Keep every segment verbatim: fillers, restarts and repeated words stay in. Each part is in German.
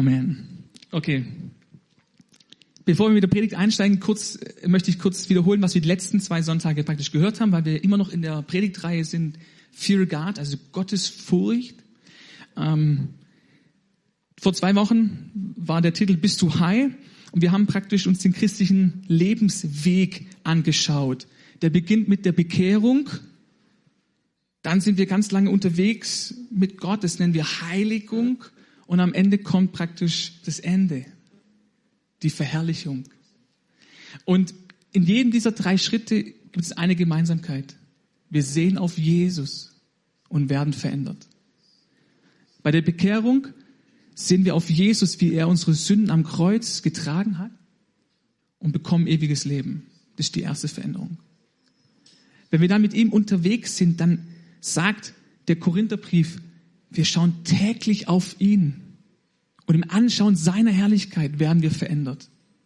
Amen. Okay. Bevor wir mit der Predigt einsteigen, kurz, möchte ich kurz wiederholen, was wir die letzten zwei Sonntage praktisch gehört haben, weil wir immer noch in der Predigtreihe sind, Fear God, also Gottes Furcht. Ähm, vor zwei Wochen war der Titel Bist du high? Und wir haben praktisch uns den christlichen Lebensweg angeschaut. Der beginnt mit der Bekehrung. Dann sind wir ganz lange unterwegs mit Gott, das nennen wir Heiligung. Und am Ende kommt praktisch das Ende. Die Verherrlichung. Und in jedem dieser drei Schritte gibt es eine Gemeinsamkeit. Wir sehen auf Jesus und werden verändert. Bei der Bekehrung sehen wir auf Jesus, wie er unsere Sünden am Kreuz getragen hat und bekommen ewiges Leben. Das ist die erste Veränderung. Wenn wir dann mit ihm unterwegs sind, dann sagt der Korintherbrief, wir schauen täglich auf ihn. Und im Anschauen seiner Herrlichkeit werden wir verändert.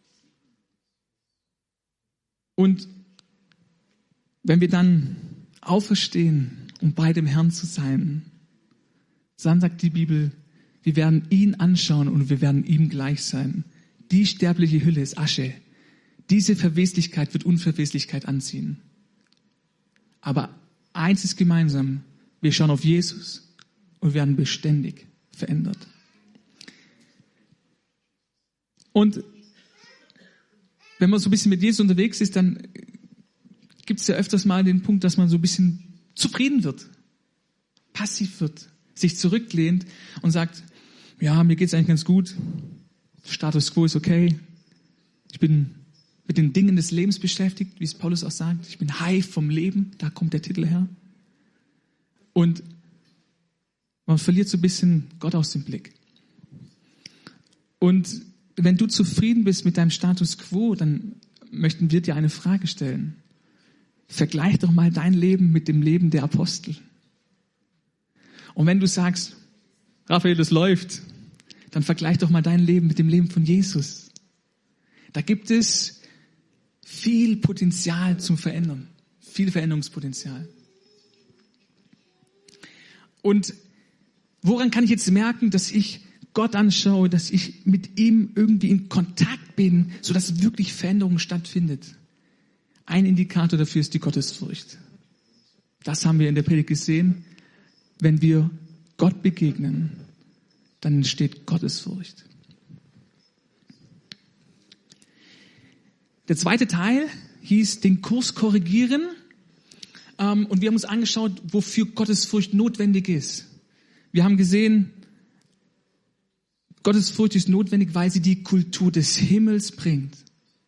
Und wenn wir dann auferstehen, um bei dem Herrn zu sein, dann sagt die Bibel, wir werden ihn anschauen und wir werden ihm gleich sein. Die sterbliche Hülle ist Asche. Diese Verweslichkeit wird Unverweslichkeit anziehen. Aber eins ist gemeinsam, wir schauen auf Jesus und werden beständig verändert. Und wenn man so ein bisschen mit Jesus unterwegs ist, dann gibt es ja öfters mal den Punkt, dass man so ein bisschen zufrieden wird, passiv wird, sich zurücklehnt und sagt, ja, mir geht's eigentlich ganz gut, Status quo ist okay, ich bin mit den Dingen des Lebens beschäftigt, wie es Paulus auch sagt, ich bin high vom Leben, da kommt der Titel her. Und man verliert so ein bisschen Gott aus dem Blick. Und wenn du zufrieden bist mit deinem Status quo, dann möchten wir dir eine Frage stellen. Vergleich doch mal dein Leben mit dem Leben der Apostel. Und wenn du sagst, Raphael, das läuft, dann vergleich doch mal dein Leben mit dem Leben von Jesus. Da gibt es viel Potenzial zum Verändern, viel Veränderungspotenzial. Und woran kann ich jetzt merken, dass ich Gott anschaue, dass ich mit ihm irgendwie in Kontakt bin, sodass wirklich Veränderung stattfindet? Ein Indikator dafür ist die Gottesfurcht. Das haben wir in der Predigt gesehen. Wenn wir Gott begegnen, dann entsteht Gottesfurcht. Der zweite Teil hieß den Kurs korrigieren. Und wir haben uns angeschaut, wofür Gottesfurcht notwendig ist. Wir haben gesehen, Gottesfurcht ist notwendig, weil sie die Kultur des Himmels bringt.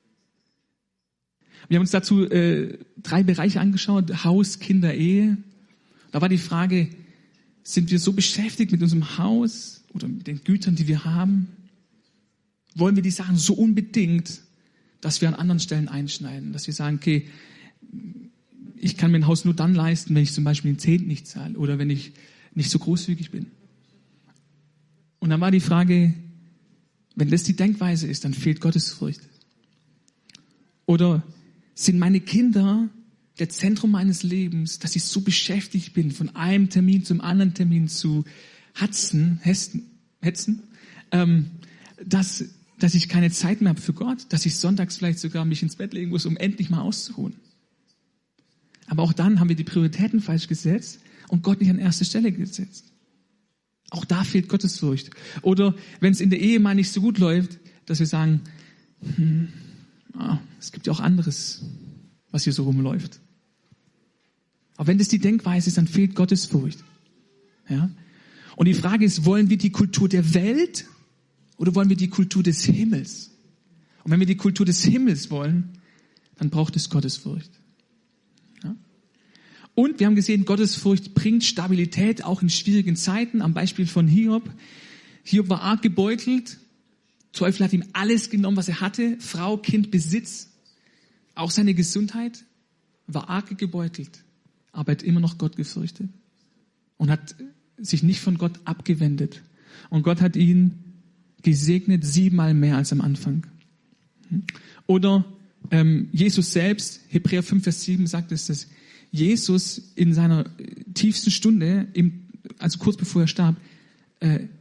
Wir haben uns dazu äh, drei Bereiche angeschaut, Haus, Kinder, Ehe. Da war die Frage, sind wir so beschäftigt mit unserem Haus oder mit den Gütern, die wir haben? Wollen wir die Sachen so unbedingt, dass wir an anderen Stellen einschneiden? Dass wir sagen, okay, ich kann mir ein Haus nur dann leisten, wenn ich zum Beispiel den Zehnten nicht zahle oder wenn ich nicht so großzügig bin. Und dann war die Frage, wenn das die Denkweise ist, dann fehlt Gottesfurcht. Oder sind meine Kinder der Zentrum meines Lebens, dass ich so beschäftigt bin, von einem Termin zum anderen Termin zu hatzen, hetzen, hetzen ähm, dass, dass ich keine Zeit mehr habe für Gott, dass ich sonntags vielleicht sogar mich ins Bett legen muss, um endlich mal auszuruhen. Aber auch dann haben wir die Prioritäten falsch gesetzt und Gott nicht an erste Stelle gesetzt. Auch da fehlt Gottesfurcht. Oder wenn es in der Ehe mal nicht so gut läuft, dass wir sagen, hm, ah, es gibt ja auch anderes, was hier so rumläuft. Aber wenn das die Denkweise ist, dann fehlt Gottesfurcht. Ja? Und die Frage ist, wollen wir die Kultur der Welt oder wollen wir die Kultur des Himmels? Und wenn wir die Kultur des Himmels wollen, dann braucht es Gottesfurcht. Ja? Und wir haben gesehen, Gottesfurcht bringt Stabilität auch in schwierigen Zeiten. Am Beispiel von Hiob. Hiob war arg gebeutelt. Teufel hat ihm alles genommen, was er hatte. Frau, Kind, Besitz. Auch seine Gesundheit war arg gebeutelt. Aber er hat immer noch Gott gefürchtet. Und hat sich nicht von Gott abgewendet. Und Gott hat ihn gesegnet siebenmal mehr als am Anfang. Oder ähm, Jesus selbst, Hebräer fünf, Vers sieben sagt es, dass Jesus in seiner tiefsten Stunde, im, also kurz bevor er starb, äh,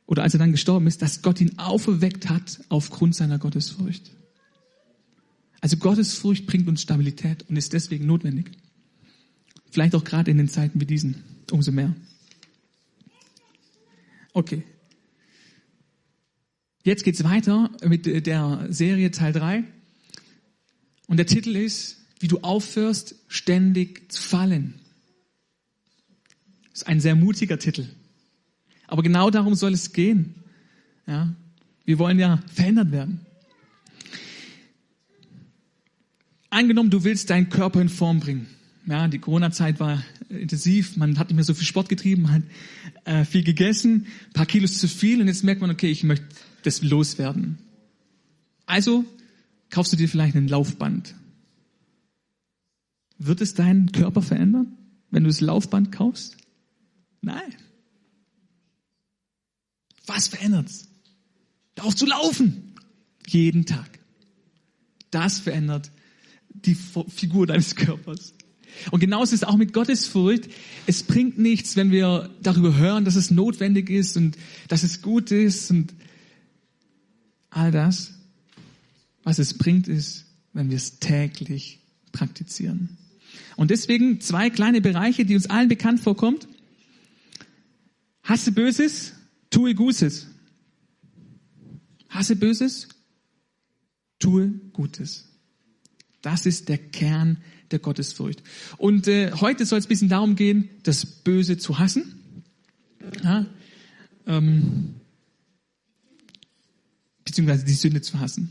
oder als er dann gestorben ist, dass Gott ihn auferweckt hat aufgrund seiner Gottesfurcht. Also Gottesfurcht bringt uns Stabilität und ist deswegen notwendig. Vielleicht auch gerade in den Zeiten wie diesen, umso mehr. Okay. Jetzt geht's weiter mit der Serie Teil drei. Und der Titel ist, wie du aufhörst, ständig zu fallen. Das ist ein sehr mutiger Titel. Aber genau darum soll es gehen. Ja? Wir wollen ja verändert werden. Angenommen, du willst deinen Körper in Form bringen. Ja, die Corona-Zeit war intensiv, man hat nicht mehr so viel Sport getrieben, man hat äh, viel gegessen, ein paar Kilos zu viel und jetzt merkt man, okay, ich möchte das loswerden. Also kaufst du dir vielleicht ein Laufband. Wird es deinen Körper verändern, wenn du das Laufband kaufst? Nein. Was verändert's? Darauf zu laufen. Jeden Tag. Das verändert die Figur deines Körpers. Und genauso ist es auch mit Gottesfurcht. Es bringt nichts, wenn wir darüber hören, dass es notwendig ist und dass es gut ist und all das. Was es bringt, ist, wenn wir es täglich praktizieren. Und deswegen zwei kleine Bereiche, die uns allen bekannt vorkommt. Hasse Böses, tue Gutes. Hasse Böses, tue Gutes. Das ist der Kern der Gottesfurcht. Und äh, heute soll es ein bisschen darum gehen, das Böse zu hassen. Ja, ähm, beziehungsweise die Sünde zu hassen.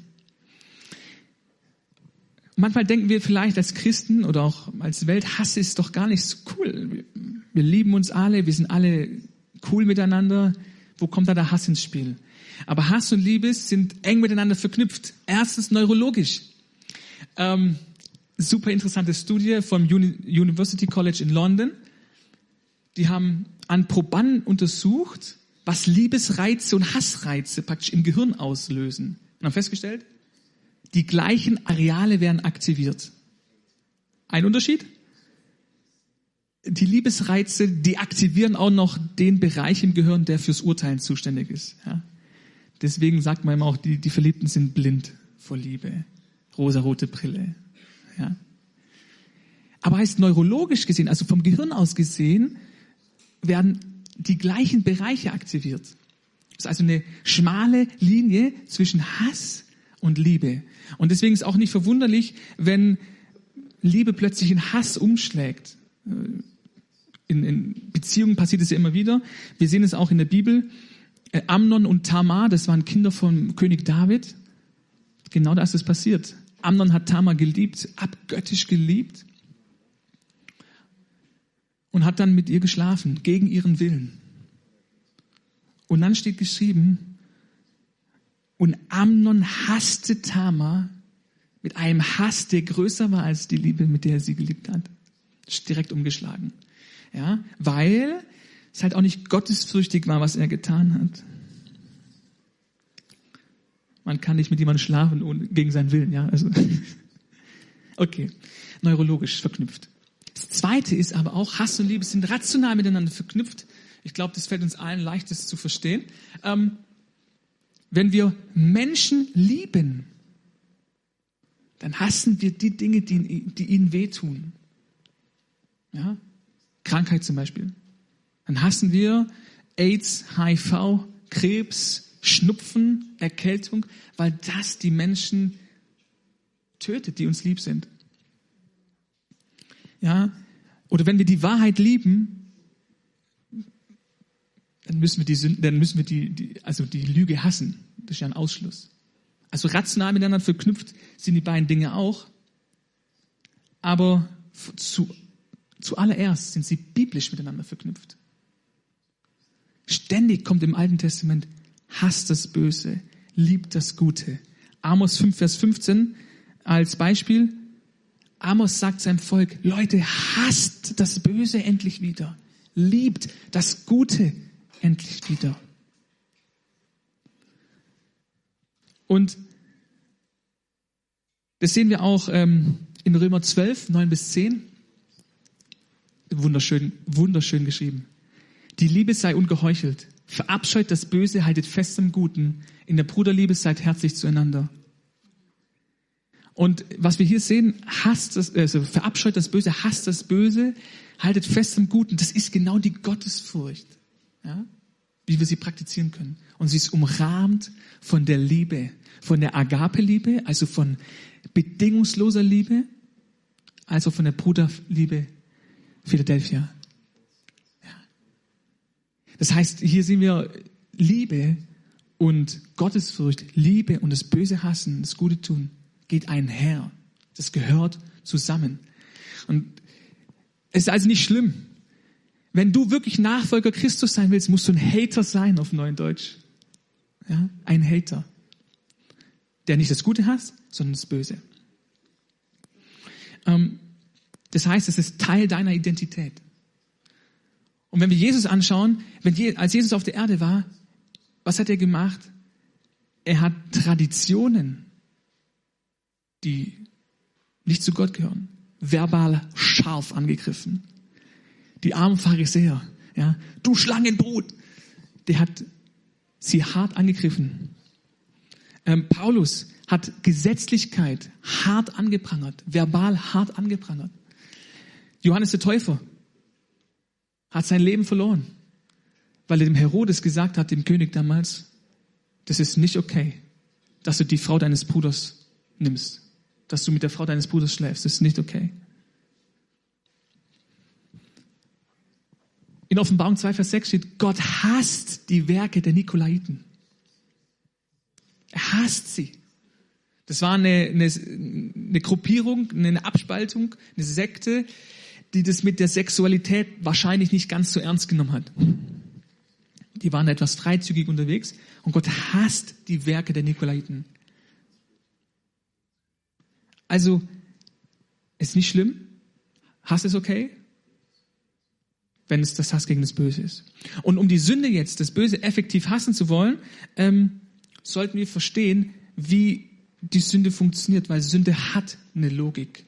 Manchmal denken wir vielleicht als Christen oder auch als Welt, Hass ist doch gar nicht so cool. Wir, wir lieben uns alle, wir sind alle cool miteinander. Wo kommt da der Hass ins Spiel? Aber Hass und Liebe sind eng miteinander verknüpft. Erstens neurologisch. Ähm, super interessante Studie vom Uni- University College in London. Die haben an Probanden untersucht, was Liebesreize und Hassreize praktisch im Gehirn auslösen. Und haben festgestellt, die gleichen Areale werden aktiviert. Ein Unterschied? Die Liebesreize deaktivieren auch noch den Bereich im Gehirn, der fürs Urteilen zuständig ist. Ja? Deswegen sagt man immer auch, die, die Verliebten sind blind vor Liebe. Rosarote Brille. Ja? Aber heißt neurologisch gesehen, also vom Gehirn aus gesehen, werden die gleichen Bereiche aktiviert. Das ist also eine schmale Linie zwischen Hass und Liebe. Und deswegen ist auch nicht verwunderlich, wenn Liebe plötzlich in Hass umschlägt. In, in Beziehungen passiert es ja immer wieder. Wir sehen es auch in der Bibel. Amnon und Tamar, das waren Kinder von König David. Genau das ist passiert. Amnon hat Tamar geliebt, abgöttisch geliebt und hat dann mit ihr geschlafen, gegen ihren Willen. Und dann steht geschrieben, und Amnon hasste Tamar mit einem Hass, der größer war als die Liebe, mit der er sie geliebt hat. Ist direkt umgeschlagen. Ja, weil es halt auch nicht gottesfürchtig war, was er getan hat. Man kann nicht mit jemandem schlafen ohne, gegen seinen Willen, ja, also. Okay, neurologisch verknüpft. Das Zweite ist aber auch, Hass und Liebe sind rational miteinander verknüpft. Ich glaube, das fällt uns allen leicht, das zu verstehen. Ähm, wenn wir Menschen lieben, dann hassen wir die Dinge, die, die ihnen wehtun. Ja? Krankheit zum Beispiel. Dann hassen wir AIDS, H I V, Krebs, Schnupfen, Erkältung, weil das die Menschen tötet, die uns lieb sind. Ja? Oder wenn wir die Wahrheit lieben, dann müssen wir die Sünden, dann müssen wir die, die, also die Lüge hassen. Das ist ja ein Ausschluss. Also rational miteinander verknüpft sind die beiden Dinge auch. Aber zu, zuallererst sind sie biblisch miteinander verknüpft. Ständig kommt im Alten Testament, hasst das Böse, liebt das Gute. Amos fünf, Vers fünfzehn als Beispiel. Amos sagt seinem Volk, Leute, hasst das Böse endlich wieder. Liebt das Gute endlich wieder. Und das sehen wir auch ähm, in Römer zwölf, neun bis zehn. Wunderschön, wunderschön geschrieben. Die Liebe sei ungeheuchelt. Verabscheut das Böse, haltet fest am Guten. In der Bruderliebe seid herzlich zueinander. Und was wir hier sehen, hasst das, also verabscheut das Böse, hasst das Böse, haltet fest am Guten. Das ist genau die Gottesfurcht, ja, wie wir sie praktizieren können. Und sie ist umrahmt von der Liebe, von der Agape-Liebe, also von bedingungsloser Liebe, also von der Bruderliebe Philadelphia. Ja. Das heißt, hier sehen wir Liebe und Gottesfurcht, Liebe und das Böse hassen, das Gute tun, geht einher. Das gehört zusammen. Und es ist also nicht schlimm. Wenn du wirklich Nachfolger Christus sein willst, musst du ein Hater sein, auf neuen Deutsch. Ja, ein Hater. Der nicht das Gute hasst, sondern das Böse. Ähm, das heißt, es ist Teil deiner Identität. Und wenn wir Jesus anschauen, wenn Je- als Jesus auf der Erde war, was hat er gemacht? Er hat Traditionen, die nicht zu Gott gehören, verbal scharf angegriffen. Die armen Pharisäer, ja, du Schlangenbrut, der hat sie hart angegriffen. Ähm, Paulus hat Gesetzlichkeit hart angeprangert, verbal hart angeprangert. Johannes der Täufer hat sein Leben verloren, weil er dem Herodes gesagt hat, dem König damals, das ist nicht okay, dass du die Frau deines Bruders nimmst, dass du mit der Frau deines Bruders schläfst, das ist nicht okay. In Offenbarung zwei, Vers sechs steht, Gott hasst die Werke der Nikolaiten. Er hasst sie. Das war eine, eine, eine Gruppierung, eine Abspaltung, eine Sekte, die das mit der Sexualität wahrscheinlich nicht ganz so ernst genommen hat. Die waren etwas freizügig unterwegs und Gott hasst die Werke der Nikolaiten. Also, ist nicht schlimm. Hass ist okay, wenn es das Hass gegen das Böse ist. Und um die Sünde jetzt, das Böse effektiv hassen zu wollen, ähm, sollten wir verstehen, wie die Sünde funktioniert, weil Sünde hat eine Logik.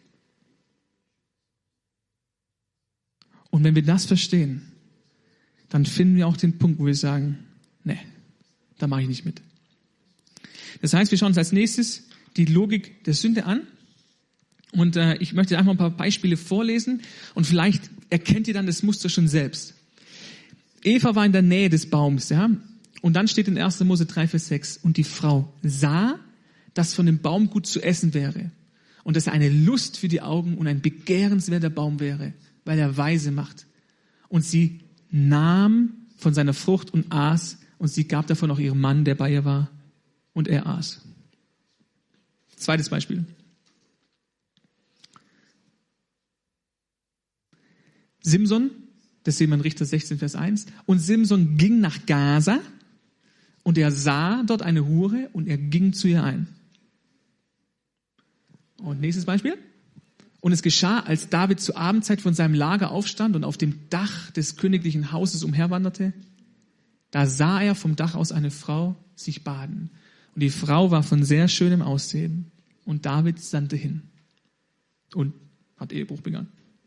Und wenn wir das verstehen, dann finden wir auch den Punkt, wo wir sagen, nee, da mache ich nicht mit. Das heißt, wir schauen uns als nächstes die Logik der Sünde an. Und äh, ich möchte einfach ein paar Beispiele vorlesen und vielleicht erkennt ihr dann das Muster schon selbst. Eva war in der Nähe des Baums, ja. Und dann steht in erster Mose drei, Vers sechs, und die Frau sah, dass von dem Baum gut zu essen wäre und dass er eine Lust für die Augen und ein begehrenswerter Baum wäre, weil er weise macht. Und sie nahm von seiner Frucht und aß, und sie gab davon auch ihrem Mann, der bei ihr war, und er aß. Zweites Beispiel. Simson, das sehen wir in Richter sechzehn, Vers eins. Und Simson ging nach Gaza und er sah dort eine Hure und er ging zu ihr ein. Und nächstes Beispiel. Und es geschah, als David zur Abendzeit von seinem Lager aufstand und auf dem Dach des königlichen Hauses umherwanderte, da sah er vom Dach aus eine Frau sich baden. Und die Frau war von sehr schönem Aussehen. Und David sandte hin und hat Ehebruch begangen.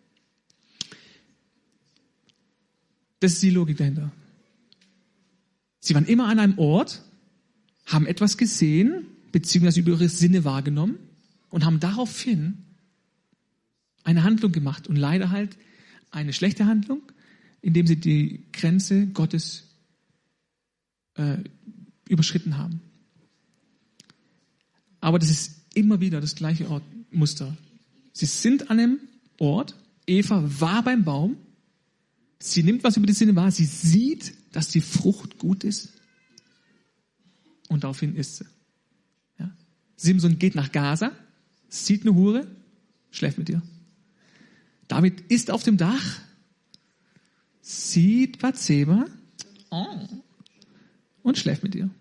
Das ist die Logik dahinter. Sie waren immer an einem Ort, haben etwas gesehen, beziehungsweise über ihre Sinne wahrgenommen und haben daraufhin eine Handlung gemacht. Und leider halt eine schlechte Handlung, indem sie die Grenze Gottes äh, überschritten haben. Aber das ist immer wieder das gleiche Ort, Muster. Sie sind an einem Ort, Eva war beim Baum, sie nimmt was über die Sinne wahr, sie sieht, dass die Frucht gut ist und daraufhin isst sie. Ja? Simson geht nach Gaza, sieht eine Hure, schläft mit ihr. David ist auf dem Dach, sieht Bathseba oh, und schläft mit ihr.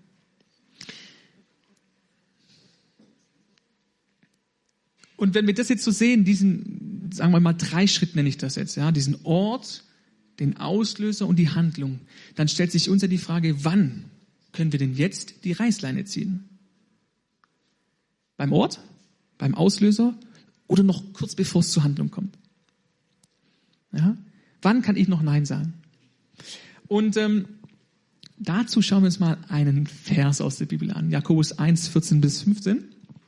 Und wenn wir das jetzt so sehen, diesen, sagen wir mal, drei Schritt nenne ich das jetzt, ja, diesen Ort, den Auslöser und die Handlung, dann stellt sich uns ja die Frage, wann können wir denn jetzt die Reißleine ziehen? Beim Ort, beim Auslöser oder noch kurz bevor es zur Handlung kommt? Ja? Wann kann ich noch Nein sagen? Und ähm, dazu schauen wir uns mal einen Vers aus der Bibel an. Jakobus eins, vierzehn bis fünfzehn.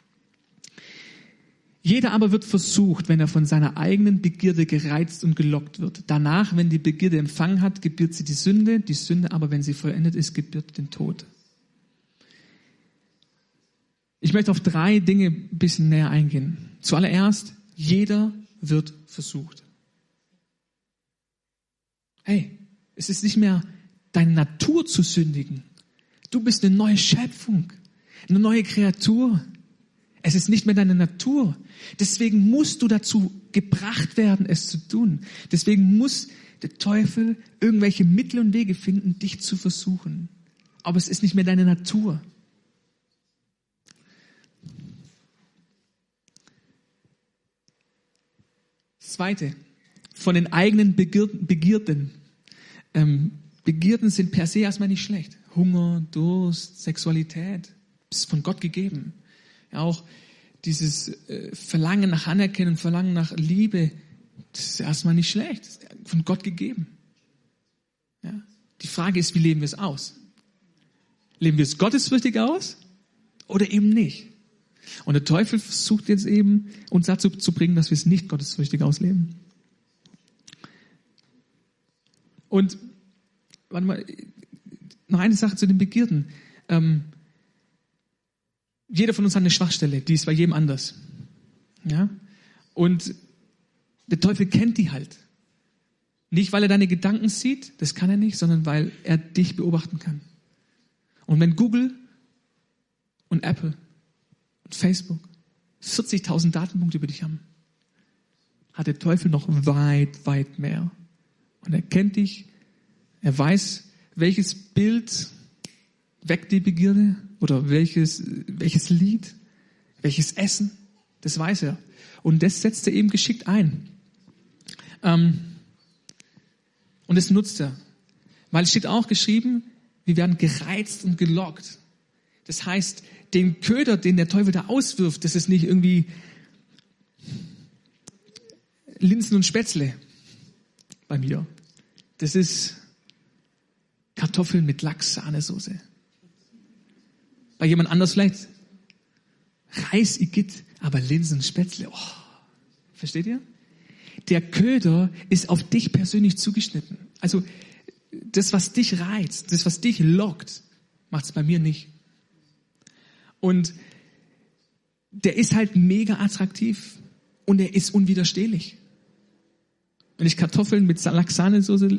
Jeder aber wird versucht, wenn er von seiner eigenen Begierde gereizt und gelockt wird. Danach, wenn die Begierde empfangen hat, gebiert sie die Sünde. Die Sünde aber, wenn sie vollendet ist, gebiert den Tod. Ich möchte auf drei Dinge ein bisschen näher eingehen. Zuallererst, jeder wird versucht. Hey, es ist nicht mehr deine Natur zu sündigen. Du bist eine neue Schöpfung, eine neue Kreatur. Es ist nicht mehr deine Natur. Deswegen musst du dazu gebracht werden, es zu tun. Deswegen muss der Teufel irgendwelche Mittel und Wege finden, dich zu versuchen. Aber es ist nicht mehr deine Natur. Zweite, von den eigenen Begierden. Begierden. Ähm, Begierden sind per se erstmal nicht schlecht. Hunger, Durst, Sexualität, ist von Gott gegeben. Ja, auch dieses äh, Verlangen nach Anerkennung, Verlangen nach Liebe, das ist erstmal nicht schlecht. Das ist von Gott gegeben. Ja. Die Frage ist, wie leben wir es aus? Leben wir es gottesfürchtig aus oder eben nicht? Und der Teufel versucht jetzt eben, uns dazu zu bringen, dass wir es nicht gottesfürchtig ausleben. Und, warte mal, noch eine Sache zu den Begierden. Ähm, jeder von uns hat eine Schwachstelle, die ist bei jedem anders. Ja? Und der Teufel kennt die halt. Nicht, weil er deine Gedanken sieht, das kann er nicht, sondern weil er dich beobachten kann. Und wenn Google und Apple und Facebook vierzigtausend Datenpunkte über dich haben, hat der Teufel noch weit, weit mehr. Und er kennt dich, er weiß, welches Bild weckt die Begierde oder welches, welches Lied, welches Essen, das weiß er. Und das setzt er eben geschickt ein. Ähm, und das nutzt er. Weil es steht auch geschrieben, wir werden gereizt und gelockt. Das heißt, den Köder, den der Teufel da auswirft, das ist nicht irgendwie Linsen und Spätzle bei mir. Das ist Kartoffeln mit Lachs-Sahnesoße. Bei jemand anders vielleicht Reis, Igitt, aber Linsen, Spätzle, oh. Versteht ihr? Der Köder ist auf dich persönlich zugeschnitten. Also das, was dich reizt, das, was dich lockt, macht es bei mir nicht. Und der ist halt mega attraktiv und er ist unwiderstehlich. Wenn ich Kartoffeln mit Lachs-Sahnesoße,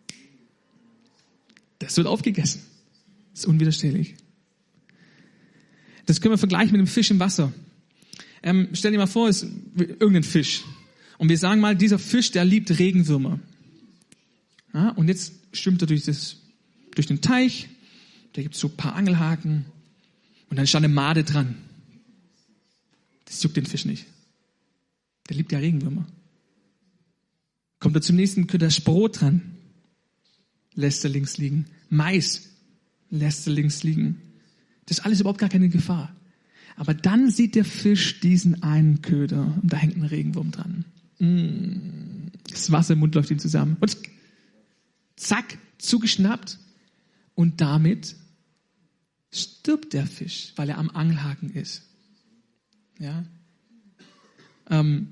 das wird aufgegessen. Das ist unwiderstehlich. Das können wir vergleichen mit einem Fisch im Wasser. Ähm, stell dir mal vor, es ist irgendein Fisch. Und wir sagen mal, dieser Fisch, der liebt Regenwürmer. Ja, und jetzt schwimmt er durch, das, durch den Teich, da gibt es so ein paar Angelhaken und dann stand eine Made dran. Das juckt den Fisch nicht. Der liebt ja Regenwürmer. Kommt er zum nächsten Köder Brot dran, lässt er links liegen. Mais lässt er links liegen. Das ist alles überhaupt gar keine Gefahr. Aber dann sieht der Fisch diesen einen Köder und da hängt ein Regenwurm dran. Mm, das Wasser im Mund läuft ihm zusammen. Und zack, zugeschnappt. Und damit stirbt der Fisch, weil er am Angelhaken ist. Ja. Ähm,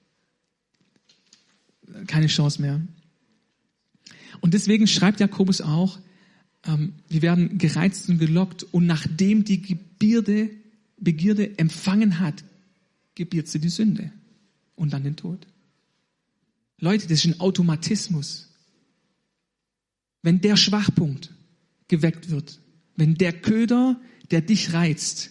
keine Chance mehr. Und deswegen schreibt Jakobus auch, ähm, wir werden gereizt und gelockt und nachdem die Begierde, Begierde empfangen hat, gebiert sie die Sünde und dann den Tod. Leute, das ist ein Automatismus. Wenn der Schwachpunkt geweckt wird, wenn der Köder, der dich reizt,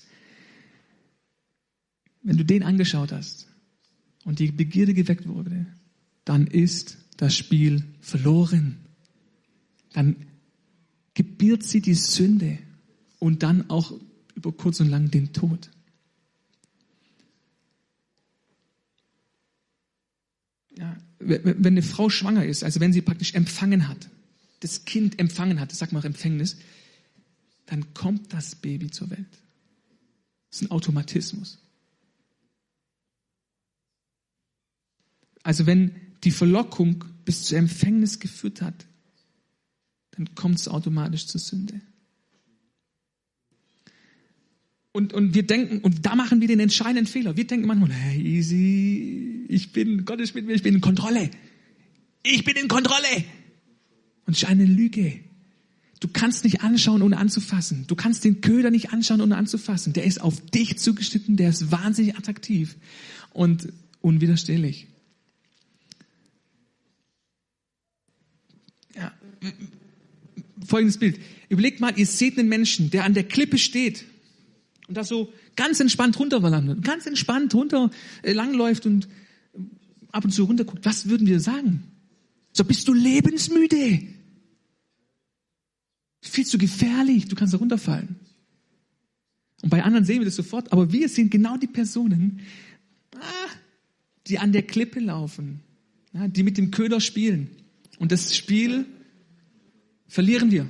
wenn du den angeschaut hast und die Begierde geweckt wurde, dann ist das Spiel verloren. Dann gebiert sie die Sünde und dann auch über kurz und lang den Tod. Ja, wenn eine Frau schwanger ist, also wenn sie praktisch empfangen hat, das Kind empfangen hat, das sagt man auch Empfängnis, dann kommt das Baby zur Welt. Das ist ein Automatismus. Also wenn die Verlockung bis zur Empfängnis geführt hat, dann kommt es automatisch zur Sünde. Und, und wir denken, und da machen wir den entscheidenden Fehler. Wir denken manchmal, hey, easy, ich bin, Gott ist mit mir, ich bin in Kontrolle. Ich bin in Kontrolle. Und das ist eine Lüge. Du kannst nicht anschauen, ohne anzufassen. Du kannst den Köder nicht anschauen, ohne anzufassen. Der ist auf dich zugeschnitten, der ist wahnsinnig attraktiv und unwiderstehlich. Ja. Folgendes Bild. Überlegt mal, ihr seht einen Menschen, der an der Klippe steht und da so ganz entspannt runterwandert, ganz entspannt runter äh, langläuft und ab und zu runterguckt. Was würden wir sagen? So, bist du lebensmüde? Viel zu gefährlich, du kannst da runterfallen. Und bei anderen sehen wir das sofort, aber wir sehen genau die Personen, die an der Klippe laufen, die mit dem Köder spielen. Und das Spiel verlieren wir.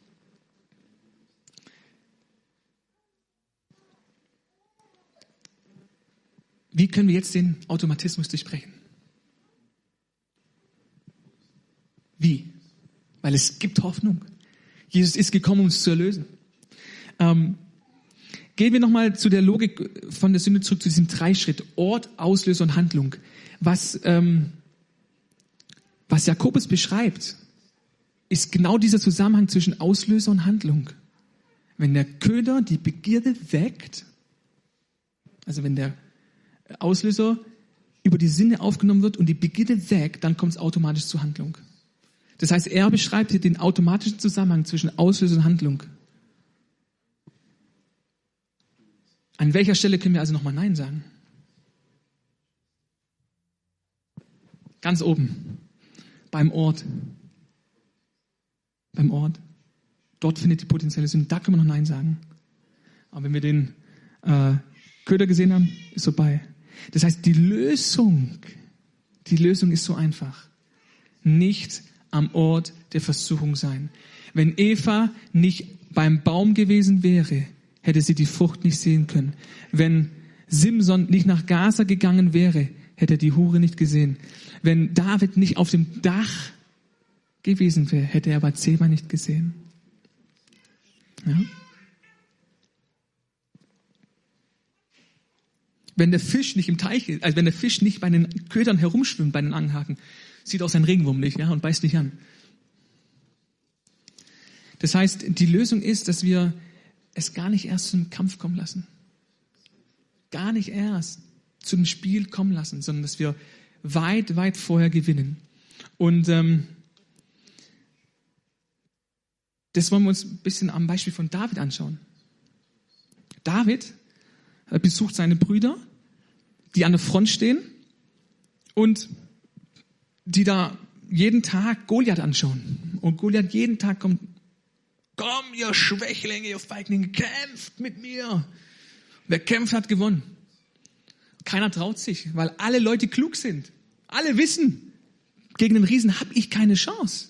Wie können wir jetzt den Automatismus durchbrechen? Wie? Weil es gibt Hoffnung. Jesus ist gekommen, um uns zu erlösen. Ähm, gehen wir nochmal zu der Logik von der Sünde zurück, zu diesem Dreischritt. Ort, Auslöser und Handlung. Was, ähm, was Jakobus beschreibt, ist genau dieser Zusammenhang zwischen Auslöser und Handlung. Wenn der Köder die Begierde weckt, also wenn der Auslöser über die Sinne aufgenommen wird und die Begierde weckt, dann kommt es automatisch zur Handlung. Das heißt, er beschreibt hier den automatischen Zusammenhang zwischen Auslöser und Handlung. An welcher Stelle können wir also nochmal Nein sagen? Ganz oben. Beim Ort. Beim Ort. Dort findet die potenzielle Sünde. Da können wir noch Nein sagen. Aber wenn wir den äh, Köder gesehen haben, ist vorbei. Das heißt, die Lösung, die Lösung ist so einfach. Nicht am Ort der Versuchung sein. Wenn Eva nicht beim Baum gewesen wäre, hätte sie die Frucht nicht sehen können. Wenn Simson nicht nach Gaza gegangen wäre, hätte er die Hure nicht gesehen. Wenn David nicht auf dem Dach gewesen wäre, hätte er Bathseba nicht gesehen. Ja? Wenn der Fisch nicht im Teich ist, also wenn der Fisch nicht bei den Ködern herumschwimmt, bei den Angelhaken, sieht auch sein Regenwurm nicht, ja, und beißt nicht an. Das heißt, die Lösung ist, dass wir es gar nicht erst zum Kampf kommen lassen. Gar nicht erst zu dem Spiel kommen lassen, sondern dass wir weit, weit vorher gewinnen. Und ähm, das wollen wir uns ein bisschen am Beispiel von David anschauen. David besucht seine Brüder, die an der Front stehen und die da jeden Tag Goliath anschauen. Und Goliath jeden Tag kommt, komm, ihr Schwächlinge, ihr Feiglinge, kämpft mit mir. Wer kämpft, hat gewonnen. Keiner traut sich, weil alle Leute klug sind. Alle wissen, gegen den Riesen habe ich keine Chance.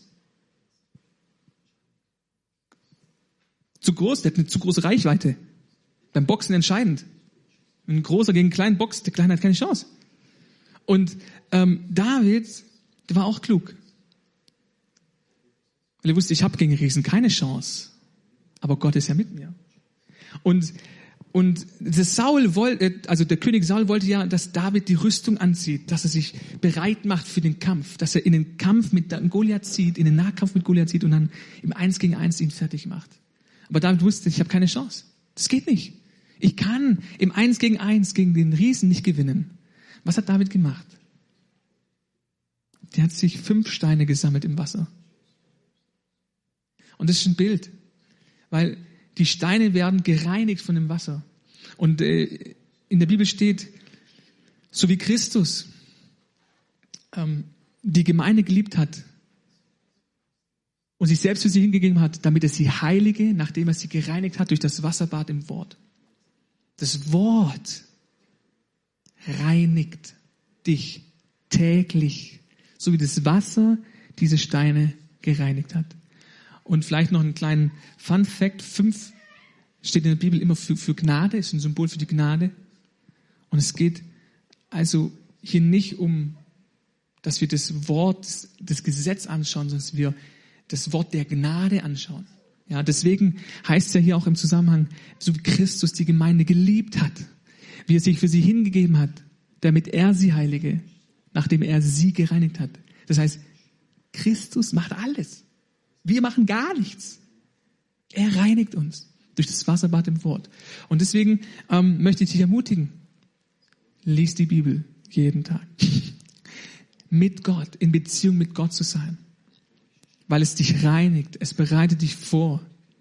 Zu groß, der hat eine zu große Reichweite. Beim Boxen entscheidend. Wenn ein Großer gegen einen Kleinen boxt, der Kleine hat keine Chance. Und ähm, David, der war auch klug. Weil er wusste, ich habe gegen Riesen keine Chance. Aber Gott ist ja mit mir. Und und das Saul wollte, also der König Saul wollte ja, dass David die Rüstung anzieht, dass er sich bereit macht für den Kampf, dass er in den Kampf mit Goliath zieht, in den Nahkampf mit Goliath zieht und dann im Eins gegen Eins ihn fertig macht. Aber David wusste, ich habe keine Chance. Das geht nicht. Ich kann im Eins gegen Eins gegen den Riesen nicht gewinnen. Was hat David gemacht? Der hat sich fünf Steine gesammelt im Wasser. Und das ist ein Bild, weil die Steine werden gereinigt von dem Wasser. Und äh, in der Bibel steht, so wie Christus ähm, die Gemeinde geliebt hat und sich selbst für sie hingegeben hat, damit er sie heilige, nachdem er sie gereinigt hat durch das Wasserbad im Wort. Das Wort reinigt dich täglich, so wie das Wasser diese Steine gereinigt hat. Und vielleicht noch einen kleinen Fun Fact. Fünf steht in der Bibel immer für, für Gnade, ist ein Symbol für die Gnade. Und es geht also hier nicht um, dass wir das Wort, das Gesetz anschauen, sondern dass wir das Wort der Gnade anschauen. Ja, deswegen heißt es ja hier auch im Zusammenhang, so wie Christus die Gemeinde geliebt hat, wie er sich für sie hingegeben hat, damit er sie heilige, nachdem er sie gereinigt hat. Das heißt, Christus macht alles. Wir machen gar nichts. Er reinigt uns durch das Wasserbad im Wort. Und deswegen ähm, möchte ich dich ermutigen, lies die Bibel jeden Tag. Mit Gott, in Beziehung mit Gott zu sein. Weil es dich reinigt, es bereitet dich vor.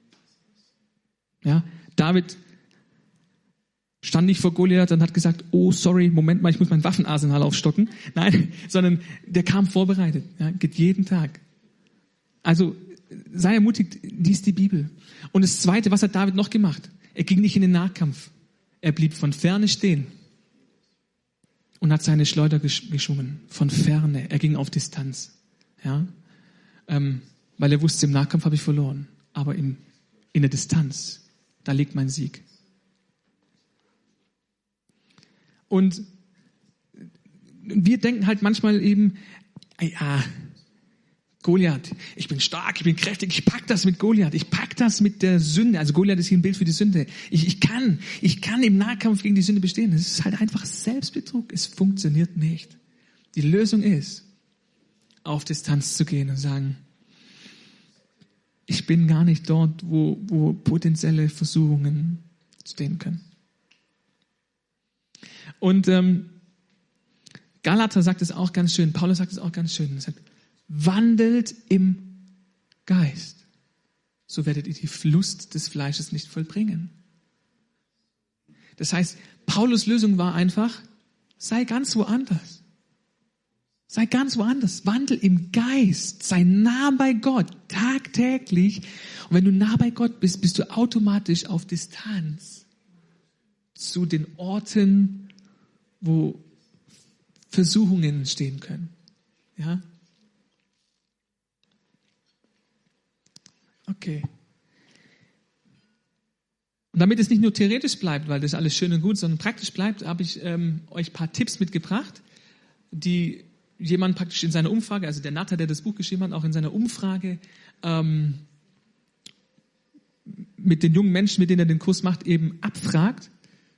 Ja, David stand nicht vor Goliath und hat gesagt, oh sorry, Moment mal, ich muss mein Waffenarsenal aufstocken. Nein, sondern der kam vorbereitet, ja, geht jeden Tag. Also sei ermutigt, lies die Bibel. Und das Zweite, was hat David noch gemacht? Er ging nicht in den Nahkampf. Er blieb von Ferne stehen und hat seine Schleuder geschwungen. Von Ferne. Er ging auf Distanz. Ja, ähm, weil er wusste, im Nahkampf habe ich verloren. Aber im, in der Distanz, da liegt mein Sieg. Und wir denken halt manchmal eben, ja, Goliath, ich bin stark, ich bin kräftig, ich pack das mit Goliath, ich pack das mit der Sünde. Also Goliath ist hier ein Bild für die Sünde. Ich, ich kann, ich kann im Nahkampf gegen die Sünde bestehen. Das ist halt einfach Selbstbetrug. Es funktioniert nicht. Die Lösung ist, auf Distanz zu gehen und sagen, ich bin gar nicht dort, wo, wo potenzielle Versuchungen stehen können. Und ähm, Galater sagt es auch ganz schön, Paulus sagt es auch ganz schön. Er sagt, wandelt im Geist, so werdet ihr die Lust des Fleisches nicht vollbringen. Das heißt, Paulus' Lösung war einfach, sei ganz woanders. Sei ganz woanders. Wandel im Geist. Sei nah bei Gott, tagtäglich. Und wenn du nah bei Gott bist, bist du automatisch auf Distanz zu den Orten, wo Versuchungen entstehen können. Ja? Okay. Und damit es nicht nur theoretisch bleibt, weil das alles schön und gut, sondern praktisch bleibt, habe ich ähm, euch ein paar Tipps mitgebracht, die jemand praktisch in seiner Umfrage, also der Natter, der das Buch geschrieben hat, auch in seiner Umfrage ähm, mit den jungen Menschen, mit denen er den Kurs macht, eben abfragt.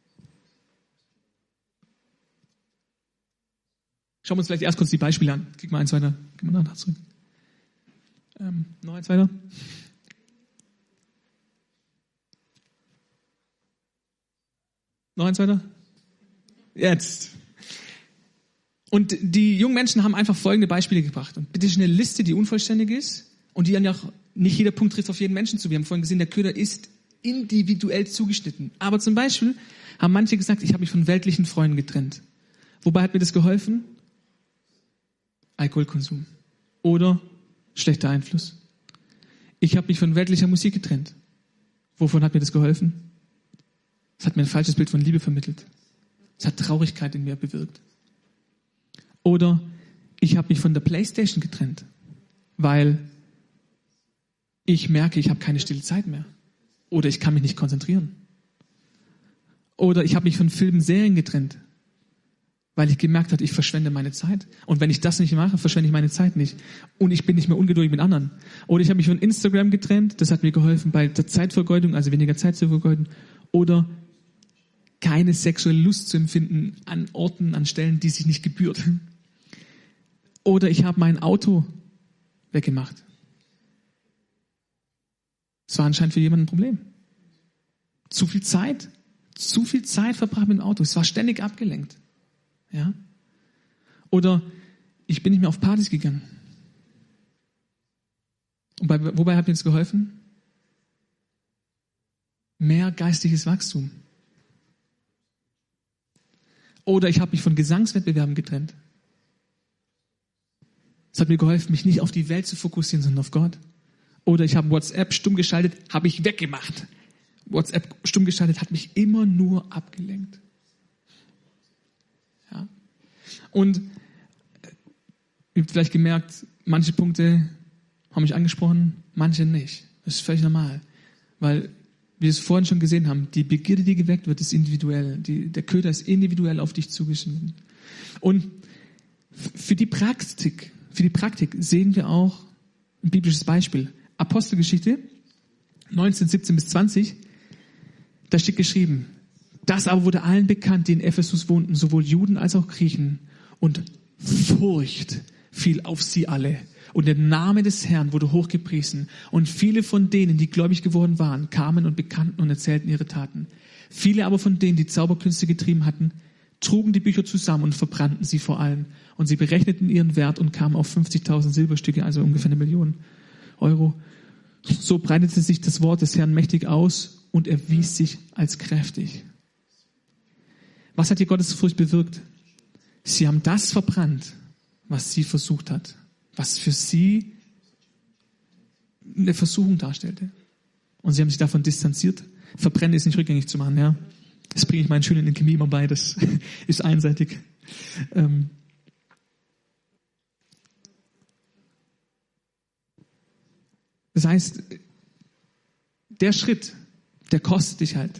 Schauen wir uns vielleicht erst kurz die Beispiele an. Krieg mal eins weiter. Gib mal nach zurück. Ähm, noch eins weiter. Noch eins weiter. Jetzt. Und die jungen Menschen haben einfach folgende Beispiele gebracht. Und bitte eine Liste, die unvollständig ist und die dann ja auch, nicht jeder Punkt trifft auf jeden Menschen zu. Wir haben vorhin gesehen, der Köder ist individuell zugeschnitten. Aber zum Beispiel haben manche gesagt, ich habe mich von weltlichen Freunden getrennt. Wobei hat mir das geholfen? Alkoholkonsum oder schlechter Einfluss. Ich habe mich von weltlicher Musik getrennt. Wovon hat mir das geholfen? Es hat mir ein falsches Bild von Liebe vermittelt. Es hat Traurigkeit in mir bewirkt. Oder ich habe mich von der Playstation getrennt, weil ich merke, ich habe keine stille Zeit mehr. Oder ich kann mich nicht konzentrieren. Oder ich habe mich von Filmen, Serien getrennt, weil ich gemerkt habe, ich verschwende meine Zeit. Und wenn ich das nicht mache, verschwende ich meine Zeit nicht. Und ich bin nicht mehr ungeduldig mit anderen. Oder ich habe mich von Instagram getrennt, das hat mir geholfen bei der Zeitvergeudung, also weniger Zeit zu vergeuden. Oder keine sexuelle Lust zu empfinden an Orten, an Stellen, die sich nicht gebührt. Oder ich habe mein Auto weggemacht. Das war anscheinend für jemanden ein Problem. Zu viel Zeit, zu viel Zeit verbracht mit dem Auto. Es war ständig abgelenkt. Ja? Oder ich bin nicht mehr auf Partys gegangen. Und bei, wobei hat mir das geholfen? Mehr geistiges Wachstum. Oder ich habe mich von Gesangswettbewerben getrennt. Es hat mir geholfen, mich nicht auf die Welt zu fokussieren, sondern auf Gott. Oder ich habe WhatsApp stumm geschaltet, habe ich weggemacht. WhatsApp stumm geschaltet hat mich immer nur abgelenkt. Ja. Und ihr habt vielleicht gemerkt, manche Punkte haben mich angesprochen, manche nicht. Das ist völlig normal. Weil wir es vorhin schon gesehen haben, die Begierde, die geweckt wird, ist individuell. Die, der Köder ist individuell auf dich zugeschnitten. Und für die Praktik, für die Praktik sehen wir auch ein biblisches Beispiel. Apostelgeschichte neunzehn, siebzehn bis zwanzig, da steht geschrieben, das aber wurde allen bekannt, die in Ephesus wohnten, sowohl Juden als auch Griechen. Und Furcht fiel auf sie alle. Und der Name des Herrn wurde hochgepriesen. Und viele von denen, die gläubig geworden waren, kamen und bekannten und erzählten ihre Taten. Viele aber von denen, die Zauberkünste getrieben hatten, trugen die Bücher zusammen und verbrannten sie vor allen. Und sie berechneten ihren Wert und kamen auf fünfzigtausend Silberstücke, also ungefähr eine Million Euro. So breitete sich das Wort des Herrn mächtig aus und erwies sich als kräftig. Was hat die Gottesfurcht bewirkt? Sie haben das verbrannt, was sie versucht hat, was für sie eine Versuchung darstellte. Und sie haben sich davon distanziert. Verbrennen ist nicht rückgängig zu machen, ja. Das bringe ich meinen Schülern in Chemie immer bei, das ist einseitig. Ähm das heißt, der Schritt, der kostet dich halt.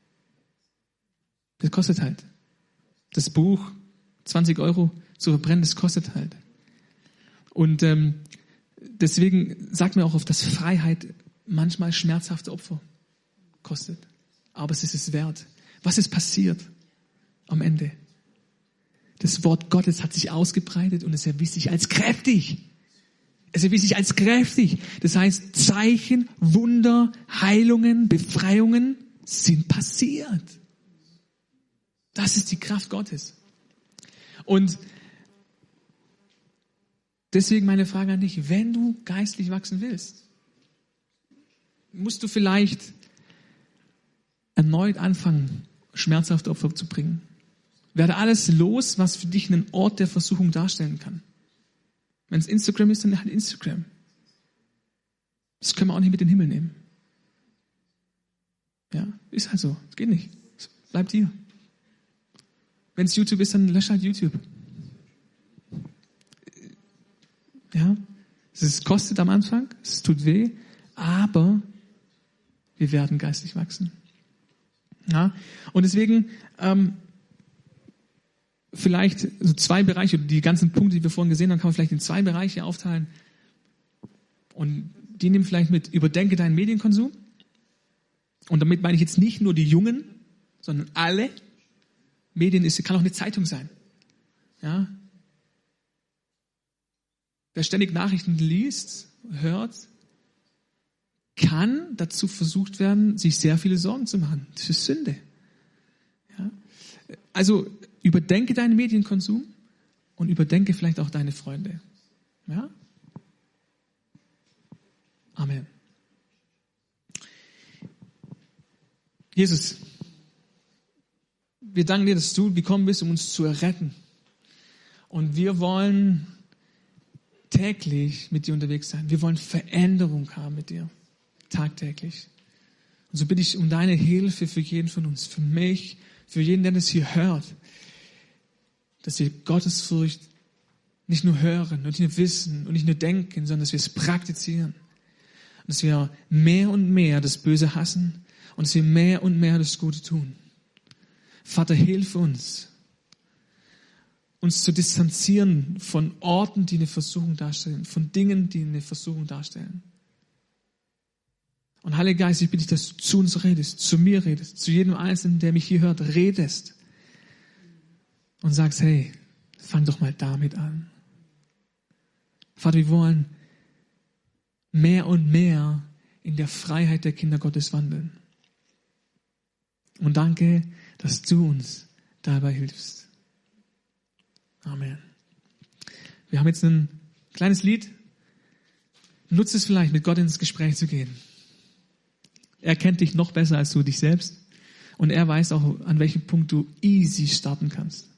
Das kostet halt. Das Buch, zwanzig Euro zu verbrennen, das kostet halt. Und ähm, deswegen sagt mir auch oft, dass Freiheit manchmal schmerzhafte Opfer kostet. Aber es ist es wert. Was ist passiert am Ende? Das Wort Gottes hat sich ausgebreitet und es erwies sich als kräftig. Es erwies sich als kräftig. Das heißt, Zeichen, Wunder, Heilungen, Befreiungen sind passiert. Das ist die Kraft Gottes. Und deswegen meine Frage an dich, wenn du geistlich wachsen willst, musst du vielleicht erneut anfangen, schmerzhafte Opfer zu bringen. Werde alles los, was für dich einen Ort der Versuchung darstellen kann. Wenn es Instagram ist, dann halt Instagram. Das können wir auch nicht mit in den Himmel nehmen. Ja, ist halt so. Es geht nicht. Es bleibt hier. Wenn es YouTube ist, dann lösch halt YouTube. Ja, es kostet am Anfang, es tut weh, aber wir werden geistlich wachsen. Ja, und deswegen ähm, vielleicht so zwei Bereiche, die ganzen Punkte, die wir vorhin gesehen haben, kann man vielleicht in zwei Bereiche aufteilen. Und die nehmen vielleicht mit, überdenke deinen Medienkonsum. Und damit meine ich jetzt nicht nur die Jungen, sondern alle. Medien ist, kann auch eine Zeitung sein. Ja. Wer ständig Nachrichten liest, hört, kann dazu versucht werden, sich sehr viele Sorgen zu machen. Das ist Sünde. Ja. Also überdenke deinen Medienkonsum und überdenke vielleicht auch deine Freunde. Ja? Amen. Jesus, wir danken dir, dass du gekommen bist, um uns zu erretten. Und wir wollen täglich mit dir unterwegs sein. Wir wollen Veränderung haben mit dir. Tagtäglich. Und so bitte ich um deine Hilfe für jeden von uns. Für mich, für jeden, der das hier hört. Dass wir Gottesfurcht nicht nur hören und nicht nur wissen und nicht nur denken, sondern dass wir es praktizieren. Und dass wir mehr und mehr das Böse hassen und dass wir mehr und mehr das Gute tun. Vater, hilf uns, uns zu distanzieren von Orten, die eine Versuchung darstellen, von Dingen, die eine Versuchung darstellen. Und Heiliger Geist, ich bitte dich, dass du zu uns redest, zu mir redest, zu jedem Einzelnen, der mich hier hört, redest und sagst, hey, fang doch mal damit an. Vater, wir wollen mehr und mehr in der Freiheit der Kinder Gottes wandeln. Und danke, dass du uns dabei hilfst. Amen. Wir haben jetzt ein kleines Lied. Nutze es vielleicht, mit Gott ins Gespräch zu gehen. Er kennt dich noch besser als du dich selbst. Und er weiß auch, an welchem Punkt du easy starten kannst.